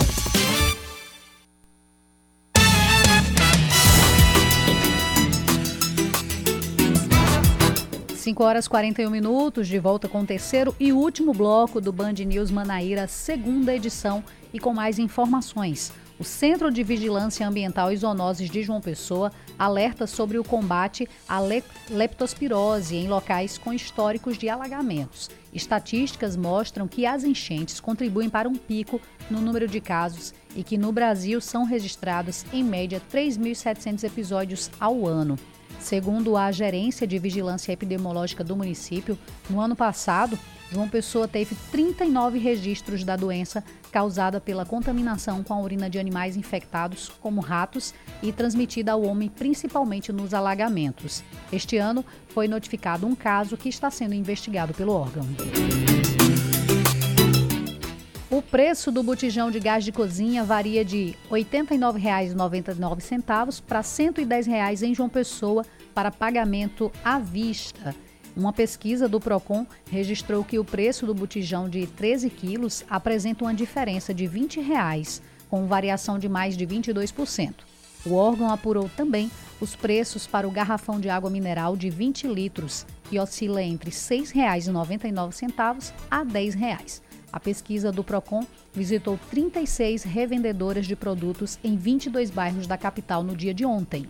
cinco horas e quarenta e um minutos, de volta com o terceiro e último bloco do Band News Manaíra, segunda edição, e com mais informações. O Centro de Vigilância Ambiental e Zoonoses de João Pessoa alerta sobre o combate à le- leptospirose em locais com históricos de alagamentos. Estatísticas mostram que as enchentes contribuem para um pico no número de casos e que no Brasil são registrados, em média, três mil e setecentos episódios ao ano. Segundo a Gerência de Vigilância Epidemiológica do município, no ano passado, João Pessoa teve trinta e nove registros da doença causada pela contaminação com a urina de animais infectados, como ratos, e transmitida ao homem principalmente nos alagamentos. Este ano foi notificado um caso que está sendo investigado pelo órgão. O preço do botijão de gás de cozinha varia de oitenta e nove reais e noventa e nove centavos para cento e dez reais em João Pessoa para pagamento à vista. Uma pesquisa do Procon registrou que o preço do botijão de treze quilos apresenta uma diferença de vinte reais, com variação de mais de vinte e dois por cento. O órgão apurou também os preços para o garrafão de água mineral de vinte litros, que oscila entre seis reais e noventa e nove centavos a dez reais. A pesquisa do Procon visitou trinta e seis revendedoras de produtos em vinte e dois bairros da capital no dia de ontem.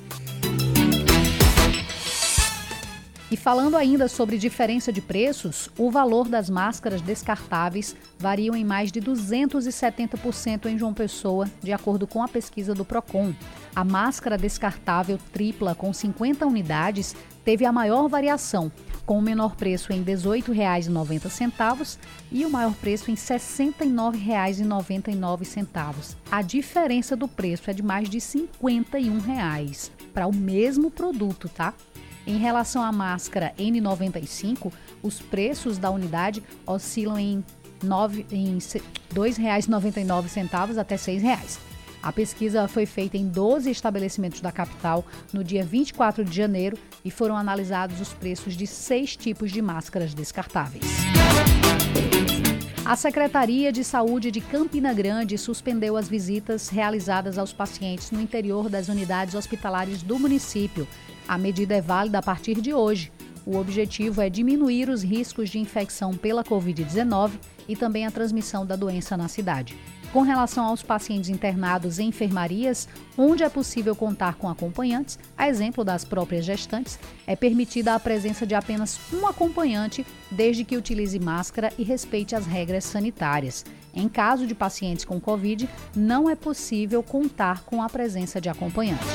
E falando ainda sobre diferença de preços, o valor das máscaras descartáveis variam em mais de duzentos e setenta por cento em João Pessoa, de acordo com a pesquisa do Procon. A máscara descartável tripla com cinquenta unidades teve a maior variação, com o menor preço em dezoito reais e noventa centavos e o maior preço em sessenta e nove reais e noventa e nove centavos. A diferença do preço é de mais de cinquenta e um reais para o mesmo produto, tá? Em relação à máscara N noventa e cinco, os preços da unidade oscilam em, em dois reais e noventa e nove centavos até seis reais. A pesquisa foi feita em doze estabelecimentos da capital no dia vinte e quatro de janeiro e foram analisados os preços de seis tipos de máscaras descartáveis. A Secretaria de Saúde de Campina Grande suspendeu as visitas realizadas aos pacientes no interior das unidades hospitalares do município. A medida é válida a partir de hoje. O objetivo é diminuir os riscos de infecção pela covid dezenove e também a transmissão da doença na cidade. Com relação aos pacientes internados em enfermarias, onde é possível contar com acompanhantes, a exemplo das próprias gestantes, é permitida a presença de apenas um acompanhante, desde que utilize máscara e respeite as regras sanitárias. Em caso de pacientes com Covid, não é possível contar com a presença de acompanhantes.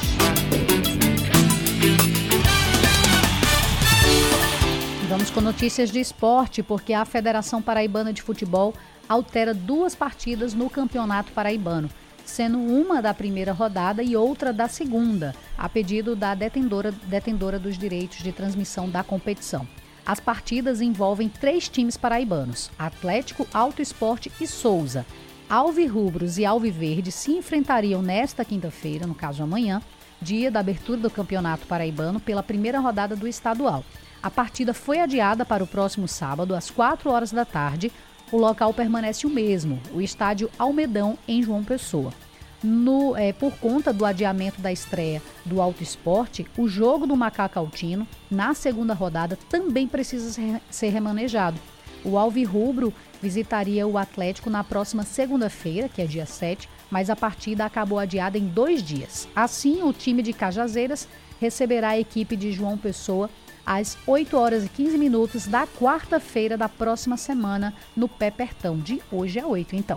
Vamos com notícias de esporte, porque a Federação Paraibana de Futebol altera duas partidas no Campeonato Paraibano, sendo uma da primeira rodada e outra da segunda, a pedido da detentora, detentora dos direitos de transmissão da competição. As partidas envolvem três times paraibanos: Atlético, Alto Esporte e Souza. Alvirrubros e Alviverde se enfrentariam nesta quinta-feira, no caso amanhã, dia da abertura do Campeonato Paraibano, pela primeira rodada do estadual. A partida foi adiada para o próximo sábado, às quatro horas da tarde. O local permanece o mesmo, o estádio Almedão, em João Pessoa. No, é, por conta do adiamento da estreia do Alto Esporte, o jogo do Macaco Altino, na segunda rodada, também precisa ser remanejado. O Alvirrubro visitaria o Atlético na próxima segunda-feira, que é dia sete, mas a partida acabou adiada em dois dias. Assim, o time de Cajazeiras receberá a equipe de João Pessoa às oito horas e quinze minutos da quarta-feira da próxima semana, no Pé Pertão, de hoje a oito, então.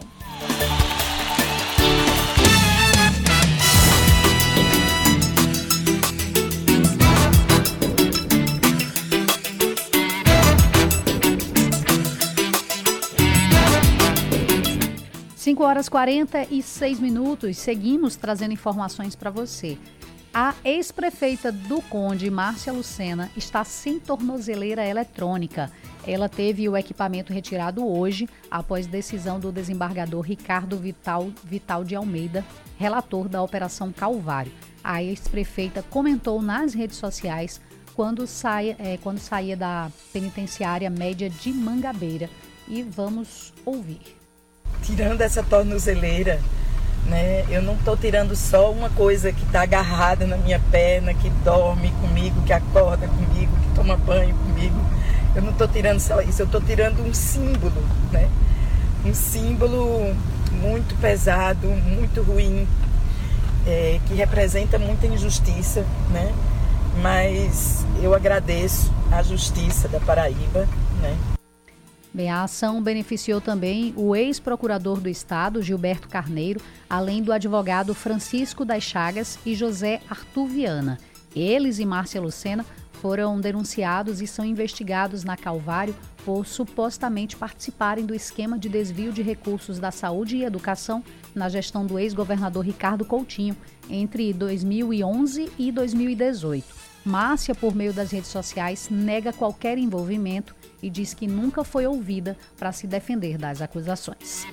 cinco horas e quarenta e seis minutos, seguimos trazendo informações para você. A ex-prefeita do Conde, Márcia Lucena, está sem tornozeleira eletrônica. Ela teve o equipamento retirado hoje, após decisão do desembargador Ricardo Vital, Vital de Almeida, relator da Operação Calvário. A ex-prefeita comentou nas redes sociais quando, saia, é, quando saía da penitenciária média de Mangabeira. E vamos ouvir. Tirando essa tornozeleira, né? Eu não estou tirando só uma coisa que está agarrada na minha perna, que dorme comigo, que acorda comigo, que toma banho comigo. Eu não estou tirando só isso, eu estou tirando um símbolo, né? Um símbolo muito pesado, muito ruim, é, que representa muita injustiça, né? Mas eu agradeço a justiça da Paraíba, né? Bem, a ação beneficiou também o ex-procurador do Estado, Gilberto Carneiro, além do advogado Francisco das Chagas e José Arthur Viana. Eles e Márcia Lucena foram denunciados e são investigados na Calvário por supostamente participarem do esquema de desvio de recursos da saúde e educação na gestão do ex-governador Ricardo Coutinho entre dois mil e onze e dois mil e dezoito. Márcia, por meio das redes sociais, nega qualquer envolvimento e diz que nunca foi ouvida para se defender das acusações.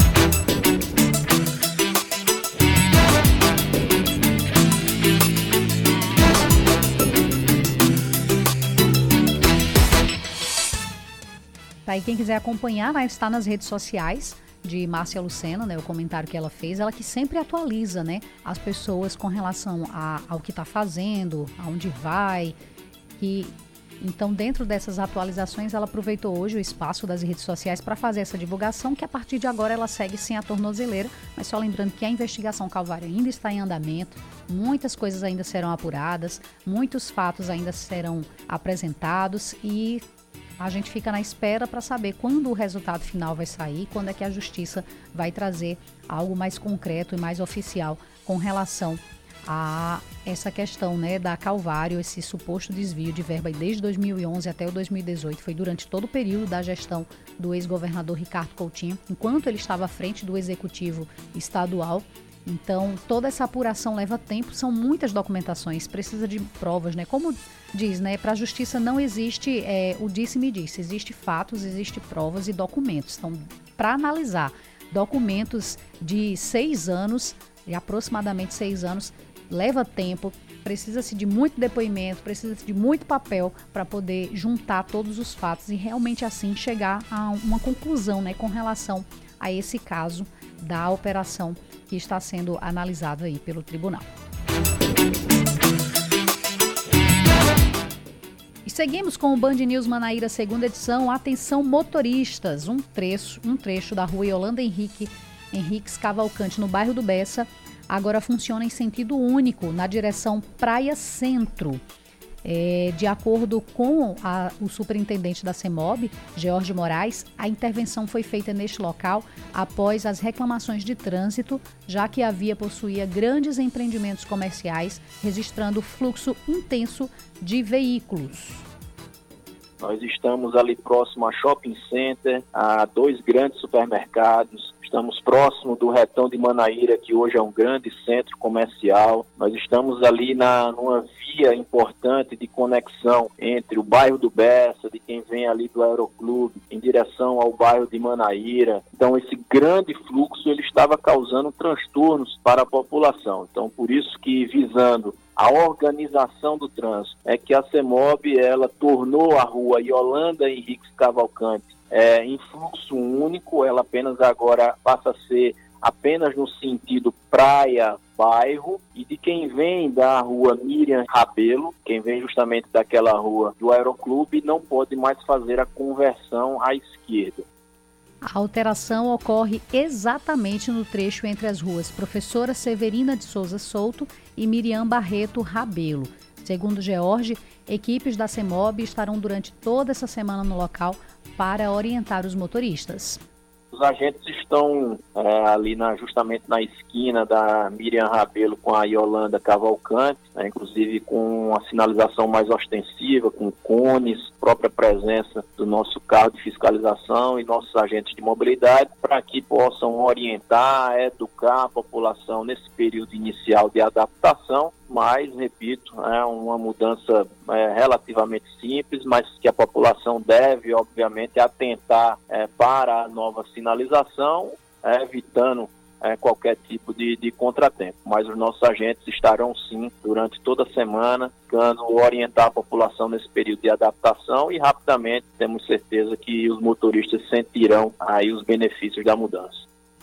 Tá aí, quem quiser acompanhar, vai estar nas redes sociais de Márcia Lucena, né, o comentário que ela fez, ela que sempre atualiza, né, as pessoas com relação a, ao que está fazendo, aonde vai, e então, dentro dessas atualizações, ela aproveitou hoje o espaço das redes sociais para fazer essa divulgação, que a partir de agora ela segue sem a tornozeleira, mas só lembrando que a investigação Calvário ainda está em andamento, muitas coisas ainda serão apuradas, muitos fatos ainda serão apresentados e a gente fica na espera para saber quando o resultado final vai sair, quando é que a Justiça vai trazer algo mais concreto e mais oficial com relação a essa questão, né, da Calvário, esse suposto desvio de verba desde dois mil e onze até o dois mil e dezoito, foi durante todo o período da gestão do ex-governador Ricardo Coutinho, enquanto ele estava à frente do executivo estadual. Então, toda essa apuração leva tempo, são muitas documentações, precisa de provas, né? Como diz, né, para a Justiça não existe é, o disse-me-disse, existe fatos, existe provas e documentos. Então, para analisar documentos de seis anos, de aproximadamente seis anos, leva tempo, precisa-se de muito depoimento, precisa-se de muito papel para poder juntar todos os fatos e realmente assim chegar a uma conclusão, né, com relação a esse caso da operação que está sendo analisado aí pelo tribunal. seguimos com o Band News Manaíra, segunda edição. Atenção, motoristas. Um trecho, um trecho da rua Yolanda Henrique, Henriques Cavalcante, no bairro do Bessa, agora funciona em sentido único, na direção Praia Centro. É, de acordo com a, o superintendente da CEMOB, George Moraes, a intervenção foi feita neste local após as reclamações de trânsito, já que a via possuía grandes empreendimentos comerciais, registrando fluxo intenso de veículos. Nós estamos ali próximo a shopping center, a dois grandes supermercados. Estamos próximo do Retão de Manaíra, que hoje é um grande centro comercial. Nós estamos ali na, numa via importante de conexão entre o bairro do Bessa, de quem vem ali do Aeroclube, em direção ao bairro de Manaíra. Então, esse grande fluxo ele estava causando transtornos para a população. Então, por isso que, visando a organização do trânsito, é que a CEMOB ela tornou a rua Yolanda Henriques Cavalcante É, em fluxo único. Ela apenas agora passa a ser apenas no sentido praia-bairro, e de quem vem da rua Miriam Rabelo, quem vem justamente daquela rua do Aeroclube, não pode mais fazer a conversão à esquerda. A alteração ocorre exatamente no trecho entre as ruas Professora Severina de Souza Souto e Miriam Barreto Rabelo. Segundo George, equipes da CEMOB estarão durante toda essa semana no local para orientar os motoristas. Os agentes estão é, ali na, justamente na esquina da Miriam Rabelo com a Yolanda Cavalcante, né, inclusive com a sinalização mais ostensiva, com cones, própria presença do nosso carro de fiscalização e nossos agentes de mobilidade, para que possam orientar, educar a população nesse período inicial de adaptação. Mas, repito, é uma mudança é, relativamente simples, mas que a população deve, obviamente, atentar é, para a nova sinalização, é, evitando é, qualquer tipo de, de contratempo. Mas os nossos agentes estarão, sim, durante toda a semana, buscando orientar a população nesse período de adaptação, e rapidamente temos certeza que os motoristas sentirão aí os benefícios da mudança.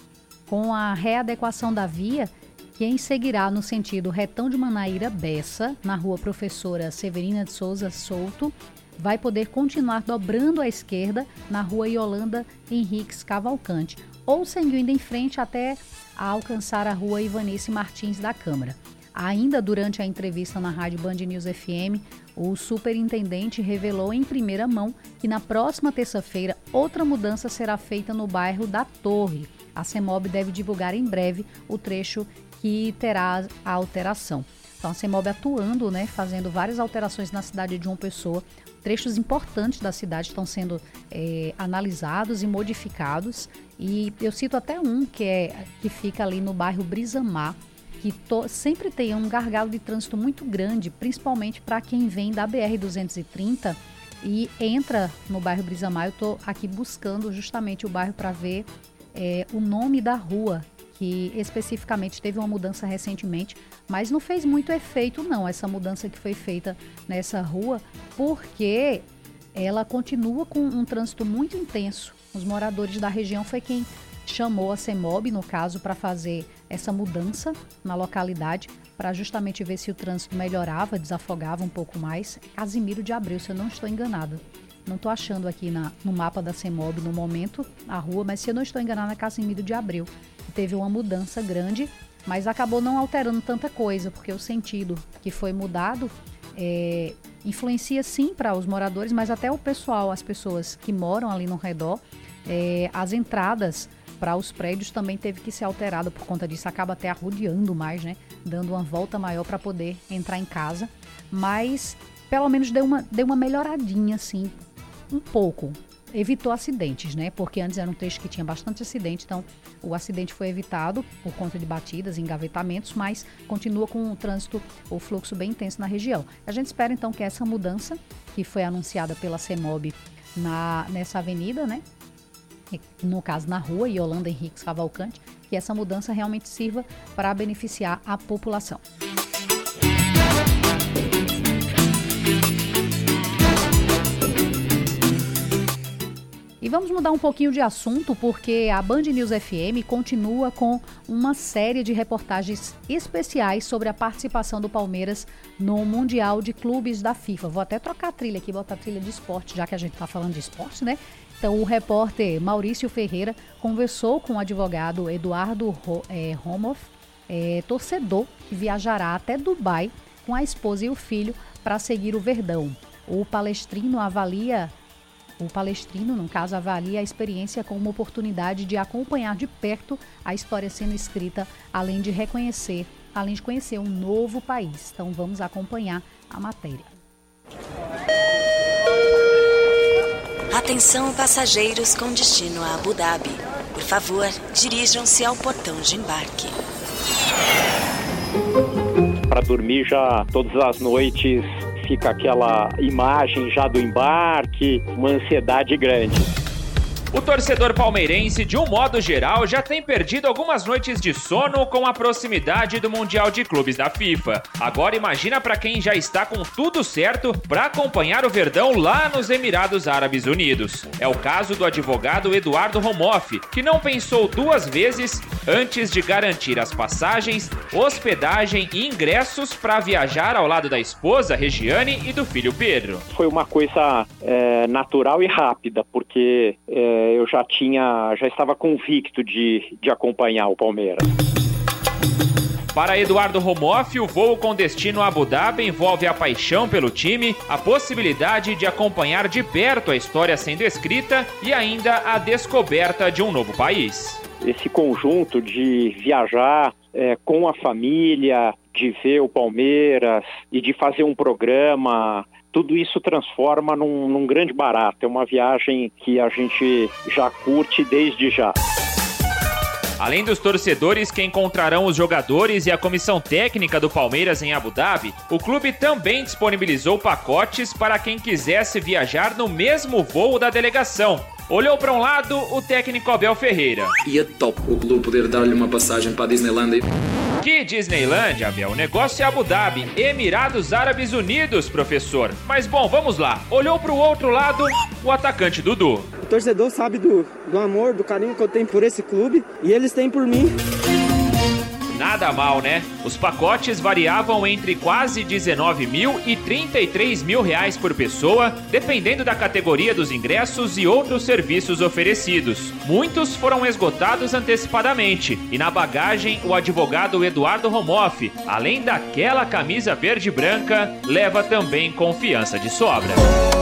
Com a readequação da via, quem seguirá no sentido Retão de Manaíra Bessa, na rua Professora Severina de Souza Souto, vai poder continuar dobrando à esquerda na rua Yolanda Henriques Cavalcante, ou seguindo em frente até alcançar a rua Ivanice Martins da Câmara. Ainda durante a entrevista na rádio Band News F M, o superintendente revelou em primeira mão que na próxima terça-feira outra mudança será feita no bairro da Torre. A CEMOB deve divulgar em breve o trecho que terá a alteração. Então, a CEMOB atuando, né, fazendo várias alterações na cidade de João Pessoa. Trechos importantes da cidade estão sendo é, analisados e modificados. E eu cito até um que, é, que fica ali no bairro Brisamar, que to, sempre tem um gargalo de trânsito muito grande, principalmente para quem vem da B R duzentos e trinta e entra no bairro Brisamar. Eu estou aqui buscando justamente o bairro para ver é, o nome da rua, que especificamente teve uma mudança recentemente, mas não fez muito efeito não, essa mudança que foi feita nessa rua, porque ela continua com um trânsito muito intenso. Os moradores da região foi quem chamou a CEMOB, no caso, para fazer essa mudança na localidade, para justamente ver se o trânsito melhorava, desafogava um pouco mais. Casimiro de Abreu, se eu não estou enganada. Não estou achando aqui na, no mapa da CEMOB no momento a rua, mas se eu não estou enganada é Casimiro de Abreu. Teve uma mudança grande, mas acabou não alterando tanta coisa, porque o sentido que foi mudado é, influencia sim para os moradores, mas até o pessoal, as pessoas que moram ali no redor, é, as entradas para os prédios também teve que ser alterada por conta disso, acaba até arrodeando mais, né? Dando uma volta maior para poder entrar em casa, mas pelo menos deu uma, deu uma melhoradinha, assim, um pouco. Evitou acidentes, né? Porque antes era um trecho que tinha bastante acidente, então o acidente foi evitado por conta de batidas, engavetamentos, mas continua com o trânsito, o fluxo bem intenso na região. A gente espera então que essa mudança, que foi anunciada pela CEMOB na, nessa avenida, né? No caso na rua Yolanda Henriques Cavalcante, que essa mudança realmente sirva para beneficiar a população. E vamos mudar um pouquinho de assunto, porque a Band News F M continua com uma série de reportagens especiais sobre a participação do Palmeiras no Mundial de Clubes da FIFA. Vou até trocar a trilha aqui, botar a trilha de esporte, já que a gente está falando de esporte, né? Então, o repórter Maurício Ferreira conversou com o advogado Eduardo é, Romoff, é, torcedor que viajará até Dubai com a esposa e o filho para seguir o Verdão. O palestrino avalia, o palestrino, no caso, avalia a experiência como uma oportunidade de acompanhar de perto a história sendo escrita, além de reconhecer, além de conhecer um novo país. Então, vamos acompanhar a matéria. Atenção, passageiros com destino a Abu Dhabi. Por favor, dirijam-se ao portão de embarque. Para dormir já todas as noites fica aquela imagem já do embarque, uma ansiedade grande. O torcedor palmeirense, de um modo geral, já tem perdido algumas noites de sono com a proximidade do Mundial de Clubes da FIFA. Agora imagina para quem já está com tudo certo para acompanhar o Verdão lá nos Emirados Árabes Unidos. É o caso do advogado Eduardo Romoff, que não pensou duas vezes antes de garantir as passagens, hospedagem e ingressos para viajar ao lado da esposa, Regiane, e do filho Pedro. Foi uma coisa é, natural e rápida, porque é, eu já tinha, já estava convicto de, de acompanhar o Palmeiras. Para Eduardo Romoff, o voo com destino a Abu Dhabi envolve a paixão pelo time, a possibilidade de acompanhar de perto a história sendo escrita e ainda a descoberta de um novo país. Esse conjunto de viajar é, com a família, de ver o Palmeiras e de fazer um programa, tudo isso transforma num, num grande barato. É uma viagem que a gente já curte desde já. Além dos torcedores que encontrarão os jogadores e a comissão técnica do Palmeiras em Abu Dhabi, o clube também disponibilizou pacotes para quem quisesse viajar no mesmo voo da delegação. Olhou para um lado o técnico Abel Ferreira. E é top o clube poder dar-lhe uma passagem para a Disneylandia. Que Disneylandia, Abel? O negócio é Abu Dhabi, Emirados Árabes Unidos, professor. Mas bom, vamos lá. Olhou para o outro lado o atacante Dudu. O torcedor sabe do, do amor, do carinho que eu tenho por esse clube e eles têm por mim. Nada mal, né? Os pacotes variavam entre quase dezenove mil e trinta e três mil reais por pessoa, dependendo da categoria dos ingressos e outros serviços oferecidos. Muitos foram esgotados antecipadamente, e na bagagem o advogado Eduardo Romoff, além daquela camisa verde e branca, leva também confiança de sobra.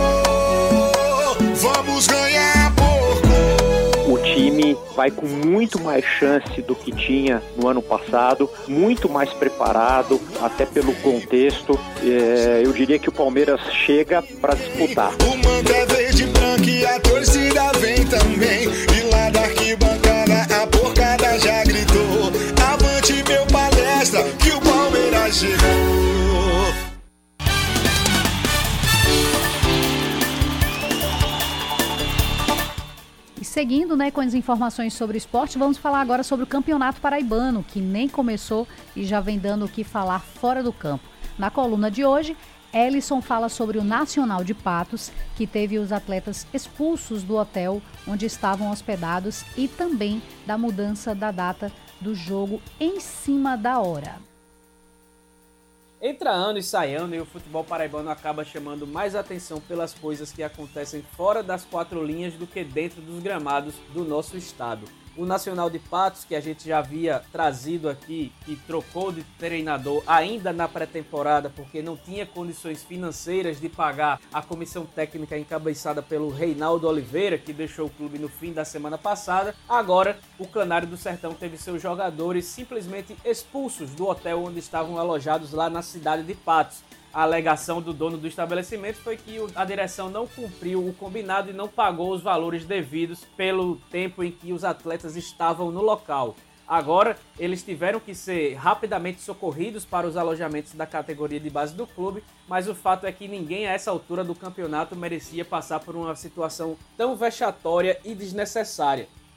Vamos ganhar por O time vai com muito mais chance do que tinha no ano passado, muito mais preparado, até pelo contexto. É, eu diria que o Palmeiras chega para disputar. O manto é verde e branco e a torcida vem também. E lá da arquibancada a porcada já gritou: avante meu palestra que o Palmeiras chegou. Seguindo, né, com as informações sobre o esporte, vamos falar agora sobre o Campeonato Paraibano, que nem começou e já vem dando o que falar fora do campo. Na coluna de hoje, Ellison fala sobre o Nacional de Patos, que teve os atletas expulsos do hotel onde estavam hospedados, e também da mudança da data do jogo em cima da hora. Entra ano e sai ano e o futebol paraibano acaba chamando mais atenção pelas coisas que acontecem fora das quatro linhas do que dentro dos gramados do nosso estado. O Nacional de Patos, que a gente já havia trazido aqui, que trocou de treinador ainda na pré-temporada porque não tinha condições financeiras de pagar a comissão técnica encabeçada pelo Reinaldo Oliveira, que deixou o clube no fim da semana passada. Agora, o Canário do Sertão teve seus jogadores simplesmente expulsos do hotel onde estavam alojados lá na cidade de Patos. A alegação do dono do estabelecimento foi que a direção não cumpriu o combinado e não pagou os valores devidos pelo tempo em que os atletas estavam no local. Agora, eles tiveram que ser rapidamente socorridos para os alojamentos da categoria de base do clube, mas o fato é que ninguém a essa altura do campeonato merecia passar por uma situação tão vexatória e desnecessária.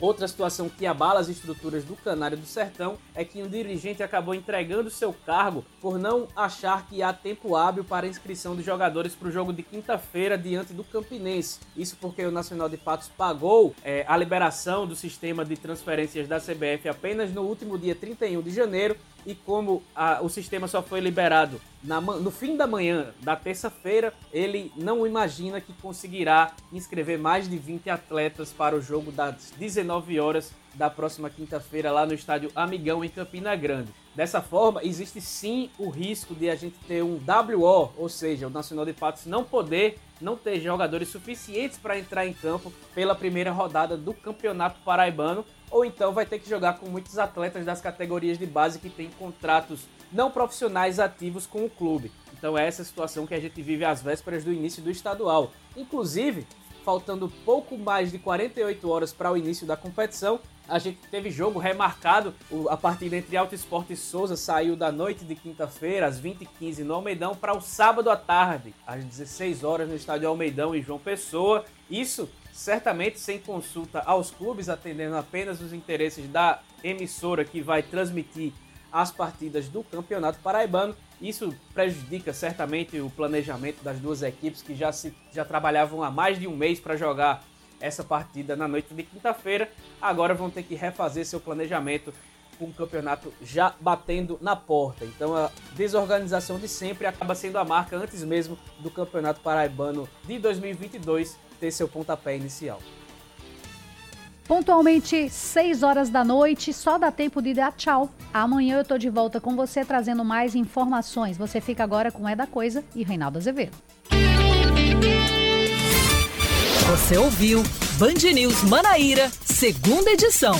Outra situação que abala as estruturas do Canário do Sertão é que um dirigente acabou entregando seu cargo por não achar que há tempo hábil para a inscrição de jogadores para o jogo de quinta-feira diante do Campinense. Isso porque o Nacional de Patos pagou é, a liberação do sistema de transferências da C B F apenas no último dia trinta e um de janeiro, e como a, o sistema só foi liberado na, no fim da manhã da terça-feira, ele não imagina que conseguirá inscrever mais de vinte atletas para o jogo das dezenove horas da próxima quinta-feira lá no estádio Amigão, em Campina Grande. Dessa forma, existe sim o risco de a gente ter um W O, ou seja, o Nacional de Patos não poder, não ter jogadores suficientes para entrar em campo pela primeira rodada do Campeonato Paraibano, ou então vai ter que jogar com muitos atletas das categorias de base que têm contratos não profissionais ativos com o clube. Então é essa situação que a gente vive às vésperas do início do estadual. Inclusive, faltando pouco mais de quarenta e oito horas para o início da competição, a gente teve jogo remarcado. A partida entre Alto Esporte e Souza saiu da noite de quinta-feira, às vinte e quinze, no Almeidão, para o sábado à tarde, às dezesseis horas, no estádio Almeidão, em João Pessoa. Isso certamente sem consulta aos clubes, atendendo apenas os interesses da emissora que vai transmitir as partidas do Campeonato Paraibano. Isso prejudica certamente o planejamento das duas equipes que já, se, já trabalhavam há mais de um mês para jogar essa partida na noite de quinta-feira. Agora vão ter que refazer seu planejamento com o campeonato já batendo na porta. Então a desorganização de sempre acaba sendo a marca antes mesmo do Campeonato Paraibano de dois mil e vinte e dois ter seu pontapé inicial. Pontualmente seis horas da noite, só dá tempo de dar tchau. Amanhã eu tô de volta com você trazendo mais informações. Você fica agora com É da Coisa e Reinaldo Azevedo. Você ouviu Band News Manaíra, segunda edição.